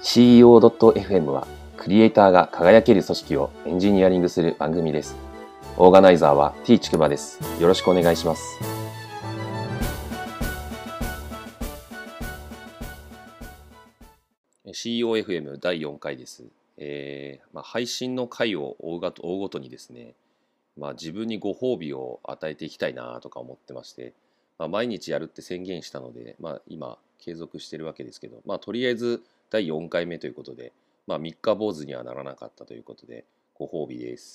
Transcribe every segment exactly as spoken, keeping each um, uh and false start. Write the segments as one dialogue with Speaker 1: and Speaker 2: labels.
Speaker 1: シーイーオー エフエム はクリエイターが輝ける組織をエンジニアリングする番組です。オーガナイザーは T ちくばです。よろしくお願いします。シーイーオー エフエム だいよんかいです。えーまあ、配信の回を追うが追うごとにですね、まあ、自分にご褒美を与えていきたいなとか思ってまして、まあ、毎日やるって宣言したので、まあ、今継続してるわけですけど、まあ、とりあえずだいよんかいめということで、まあ、みっか坊主にはならなかったということでご褒美です。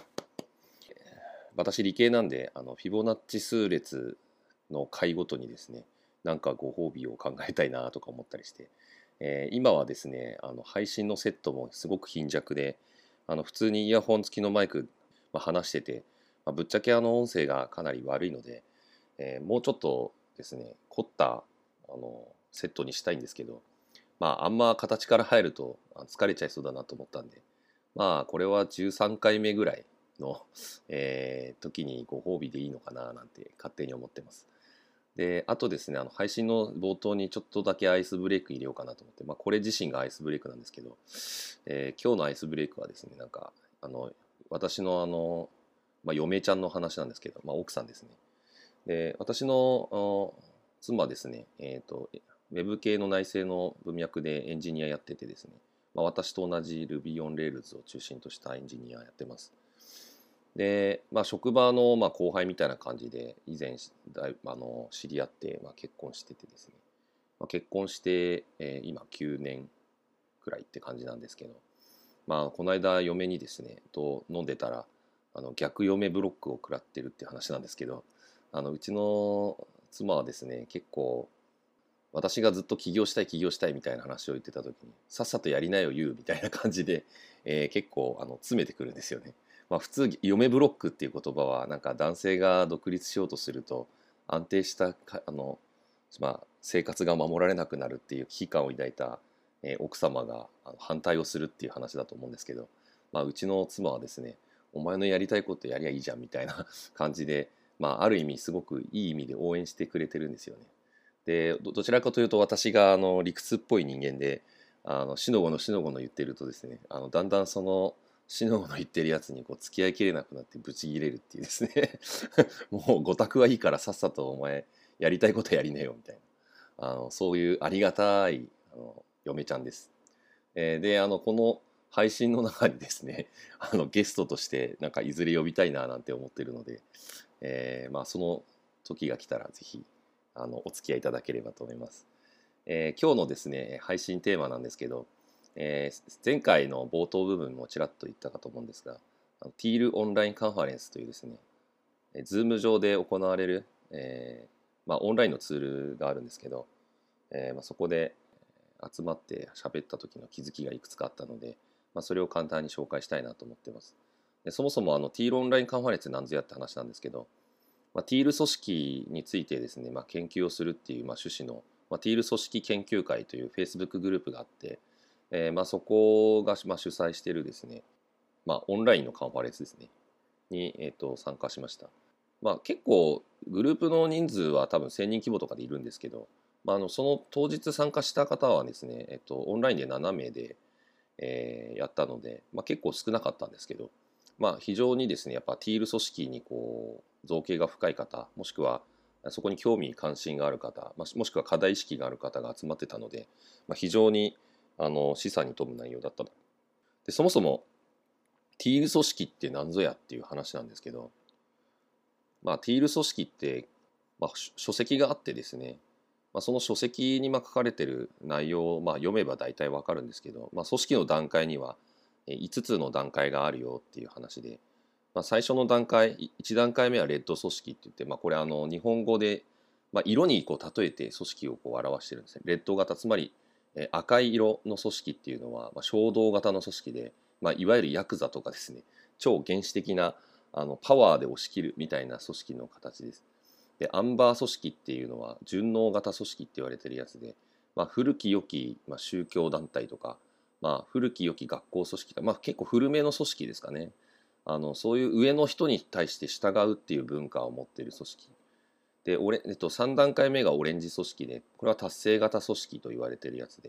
Speaker 1: 私理系なんで、あのフィボナッチ数列の回ごとにですね、なんかご褒美を考えたいなとか思ったりして、えー今はですね、あの配信のセットもすごく貧弱で、あの普通にイヤホン付きのマイク、まあ、話してて、まあ、ぶっちゃけあの音声がかなり悪いので、えーもうちょっとですね、凝ったあのセットにしたいんですけど、まああんま形から入るとあ疲れちゃいそうだなと思ったんで、まあこれはじゅうさんかいめぐらいの、えー時にご褒美でいいのかななんて勝手に思ってます。で、あとですね、あの配信の冒頭にちょっとだけアイスブレイク入れようかなと思って、まあ、これ自身がアイスブレイクなんですけど、えー今日のアイスブレイクはですね、なんか、あの、私のあの、まあ、嫁ちゃんの話なんですけど、まあ、奥さんですね。で、私のあの妻はですね、えっと、ウェブ系の内製の文脈でエンジニアやっててですね、まあ、私と同じ Ruby on Rails を中心としたエンジニアやってます。で、まあ、職場のまあ後輩みたいな感じで以前だいあの知り合って、まあ、結婚しててですね、まあ、結婚して、えー今きゅうねんくらいって感じなんですけど、まあ、この間嫁にですねと飲んでたらあの逆嫁ブロックを食らってるっていう話なんですけど、あのうちの妻はですね結構私がずっと起業したい起業したいみたいな話を言ってた時にさっさとやりなよ言うみたいな感じで、えー結構あの詰めてくるんですよね。まあ、普通嫁ブロックっていう言葉はなんか男性が独立しようとすると安定したかあの、まあ、生活が守られなくなるっていう危機感を抱いた、えー奥様があの反対をするっていう話だと思うんですけど、まあ、うちの妻はですねお前のやりたいことやりゃいいじゃんみたいな感じで、まあ、ある意味すごくいい意味で応援してくれてるんですよね。でどどちらかというと私があの理屈っぽい人間であのしのごのしのごの言ってるとですね、あのだんだんそのしのごの言ってるやつにこう付き合いきれなくなってブチギレるっていうですねもうご択はいいからさっさとお前やりたいことやりねよみたいな、あのそういうありがたいあの嫁ちゃんです。えーであのこの配信の中にですねあのゲストとしてなんかいずれ呼びたいななんて思ってるので、えーまあその時が来たらぜひあのお付き合いいただければと思います。えー今日のですね配信テーマなんですけど、えー前回の冒頭部分もちらっと言ったかと思うんですが、あのティールオンラインカンファレンスというですね、えー Zoom 上で行われる、えーまあ、オンラインのツールがあるんですけど、えーまあ、そこで集まって喋った時の気づきがいくつかあったので、まあ、それを簡単に紹介したいなと思ってます。でそもそもあのティールオンラインカンファレンスなんぞやって話なんですけど、まあ、ティール組織についてですね、まあ、研究をするっていう、まあ、趣旨の、まあ、ティール組織研究会という Facebook グループがあって、えーまあ、そこが、まあ、主催しているですね、まあ、オンラインのカンファレンスですねに、えー、と参加しました。まあ、結構グループの人数は多分せんにん規模とかでいるんですけど、まあ、あのその当日参加した方はですね、えっと、オンラインでななめいで、えーやったので、まあ、結構少なかったんですけど、まあ、非常にですねやっぱティール組織にこう造形が深い方、もしくはそこに興味関心がある方、まあ、もしくは課題意識がある方が集まってたので、まあ、非常にあの示唆に富む内容だったと。でそもそもティール組織って何ぞやっていう話なんですけど、まあ、ティール組織って、まあ、書籍があってですね、まあ、その書籍にまあ書かれてる内容をまあ読めば大体わかるんですけど、まあ、組織の段階にはいつつの段階があるよっていう話で、まあ、最初の段階いち段階目はレッド組織って言って、まあ、これあの日本語で、まあ、色にこう例えて組織をこう表してるんですね。レッド型、つまりえ赤い色の組織っていうのは、まあ、衝動型の組織で、まあ、いわゆるヤクザとかですね、超原始的なあのパワーで押し切るみたいな組織の形です。でアンバー組織っていうのは順応型組織って言われてるやつで、まあ、古き良き、まあ、宗教団体とか、まあ、古き良き学校組織とか、まあ、結構古めの組織ですかね。あのそういう上の人に対して従うっていう文化を持っている組織で、オレ、えっと、さん段階目がオレンジ組織で、これは達成型組織と言われているやつで、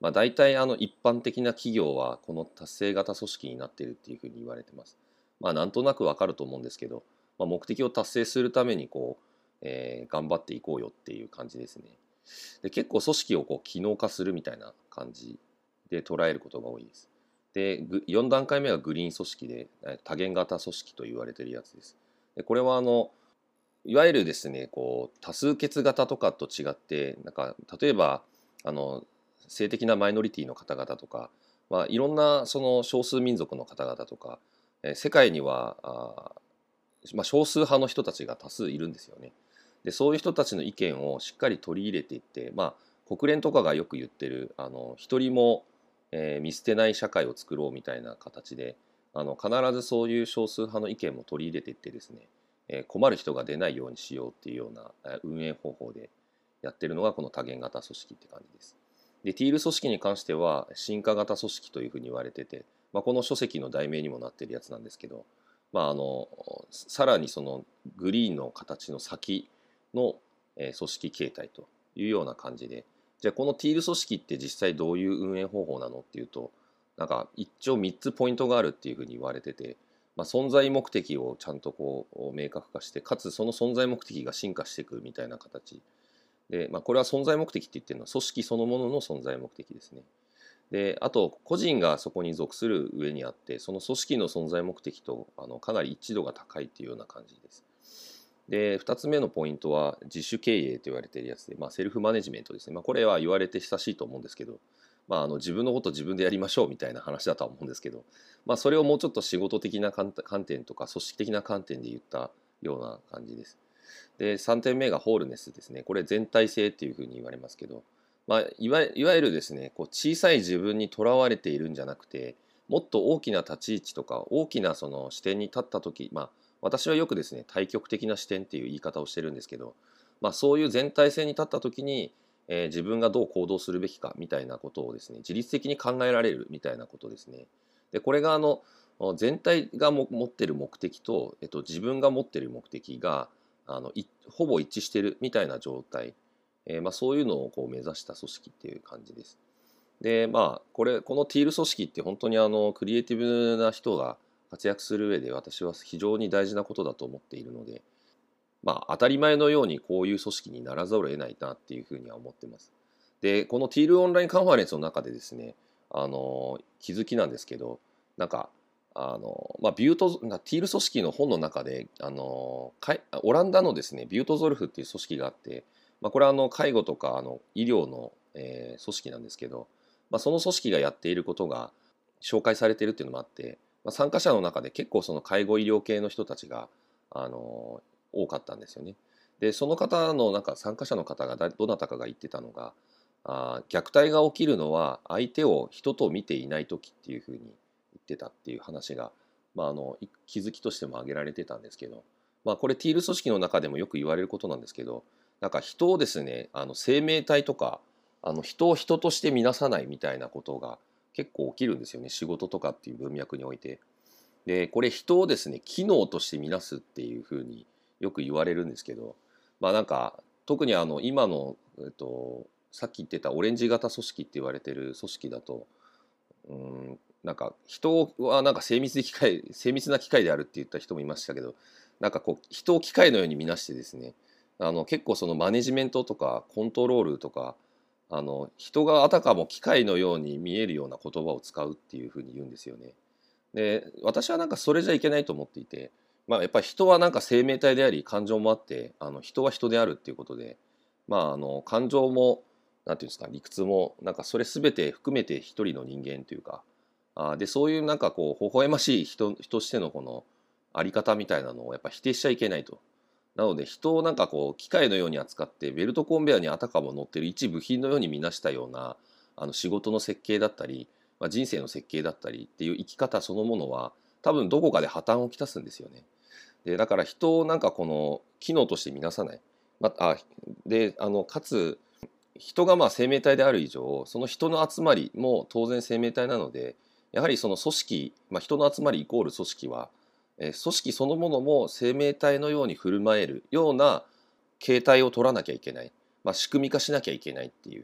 Speaker 1: まあ、大体あの一般的な企業はこの達成型組織になっているっていうふうに言われてます。まあ、なんとなくわかると思うんですけど、まあ、目的を達成するためにこう、えー頑張っていこうよっていう感じですね。で、結構組織をこう機能化するみたいな感じで捉えることが多いです。で、よん段階目はグリーン組織で多元型組織と言われているやつです。で、これはあのいわゆるですね、こう多数決型とかと違って、なんか例えばあの性的なマイノリティの方々とか、まあ、いろんなその少数民族の方々とか、えー世界にはあー、まあ、少数派の人たちが多数いるんですよね。で、そういう人たちの意見をしっかり取り入れていって、まあ、国連とかがよく言ってるあの一人も、えー見捨てない社会を作ろうみたいな形で、あの必ずそういう少数派の意見も取り入れていってですね、えー困る人が出ないようにしようっていうようなえー運営方法でやってるのがこの多元型組織って感じです。で、ティール組織に関しては進化型組織というふうに言われてて、まあ、この書籍の題名にもなってるやつなんですけど、まあ、あのさらにそのグリーンの形の先のえー組織形態というような感じで、じゃあこのティール組織って実際どういう運営方法なのっていうと、なんか一応みっつポイントがあるっていうふうに言われてて、まあ、存在目的をちゃんとこう明確化して、かつその存在目的が進化していくみたいな形で、まあ、これは存在目的って言ってるのは組織そのものの存在目的ですね。で、あと個人がそこに属する上にあって、その組織の存在目的とあのかなり一致度が高いっていうような感じです。で、ふたつめのポイントは自主経営と言われているやつで、まあ、セルフマネジメントですね。まあ、これは言われて親しいと思うんですけど、まあ、あの自分のこと自分でやりましょうみたいな話だとは思うんですけど、まあ、それをもうちょっと仕事的な観点とか組織的な観点で言ったような感じです。で、さんてんめがホールネスですね。これ全体性っていうふうに言われますけど、まあ、いわいわゆるですね、こう小さい自分にとらわれているんじゃなくて、もっと大きな立ち位置とか大きなその視点に立った時、まあ、私はよくですね、対極的な視点っていう言い方をしてるんですけど、まあ、そういう全体性に立った時に、えー自分がどう行動するべきかみたいなことをですね、自律的に考えられるみたいなことですね。で、これがあの全体がも持ってる目的と、えっと、自分が持ってる目的があのいほぼ一致してるみたいな状態、えーまあ、そういうのをこう目指した組織っていう感じです。で、まあこれこのティール組織って本当にあのクリエイティブな人が活躍する上で私は非常に大事なことだと思っているので、まあ当たり前のようにこういう組織にならざるを得ないなっていうふうには思ってます。で、このティールオンラインカンファレンスの中でですね、あの気づきなんですけど、なんかあの、まあ、ビュートティール組織の本の中であのかいオランダのですねビュートゾルフっていう組織があって、まあ、これはあの介護とかあの医療の、えー組織なんですけど、まあ、その組織がやっていることが紹介されているっていうのもあって、まあ、参加者の中で結構その介護医療系の人たちがあの多かったんですよね。で、その方のなんか参加者の方がだどなたかが言ってたのが、あー虐待が起きるのは相手を人と見ていない時っていうふうに言ってたっていう話が、まあ、あのい気づきとしても挙げられてたんですけど、まあ、これティール組織の中でもよく言われることなんですけど、なんか人をですね、あの生命体とかあの人を人として見なさないみたいなことが結構起きるんですよね、仕事とかっていう文脈において。で、これ人をですね、機能として見なすっていうふうによく言われるんですけど、まあなんか特にあの今の、えっと、さっき言ってたオレンジ型組織って言われてる組織だと、うん、なんか人はなんか精密で機械精密な機械であるって言った人もいましたけど、なんかこう人を機械のように見なしてですね、あの結構そのマネジメントとかコントロールとか、あの人があたかも機械のように見えるような言葉を使うっていうふうに言うんですよね。で、私はなんかそれじゃいけないと思っていて、まあ、やっぱり人はなんか生命体であり感情もあって、あの人は人であるっていうことで、まあ、あの感情もなんていうんですか、理屈もなんかそれ全て含めて一人の人間というか、あでそういうなんかこう微笑ましい人人としてのこのあり方みたいなのをやっぱ否定しちゃいけないと。なので人をなんかこう機械のように扱ってベルトコンベヤーにあたかも乗ってる一部品のように見なしたようなあの仕事の設計だったり、まあ、人生の設計だったりっていう生き方そのものは多分どこかで破綻をきたすんですよね。でだから人をなんかこの機能として見なさない。まあ、であのかつ人がまあ生命体である以上その人の集まりも当然生命体なので、やはりその組織、まあ、人の集まりイコール組織は、えー組織そのものも生命体のように振る舞えるような形態を取らなきゃいけない、まあ、仕組み化しなきゃいけないっていう、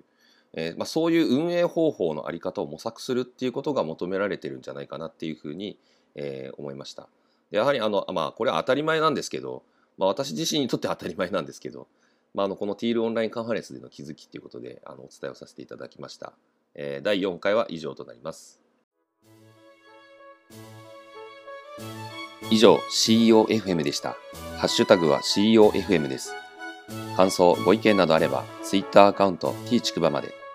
Speaker 1: えーまあ、そういう運営方法のあり方を模索するっていうことが求められてるんじゃないかなっていうふうに、えー思いました。でやはりあの、まあ、これは当たり前なんですけど、まあ、私自身にとっては当たり前なんですけど、まあ、あのこのティールオンラインカンファレンスでの気づきということであのお伝えをさせていただきました。えーだいよんかいは以上となります。以上 シーイーオーエフエム でした。ハッシュタグは シーイーオーエフエム です。感想、ご意見などあれば Twitter アカウント T ちくばまで。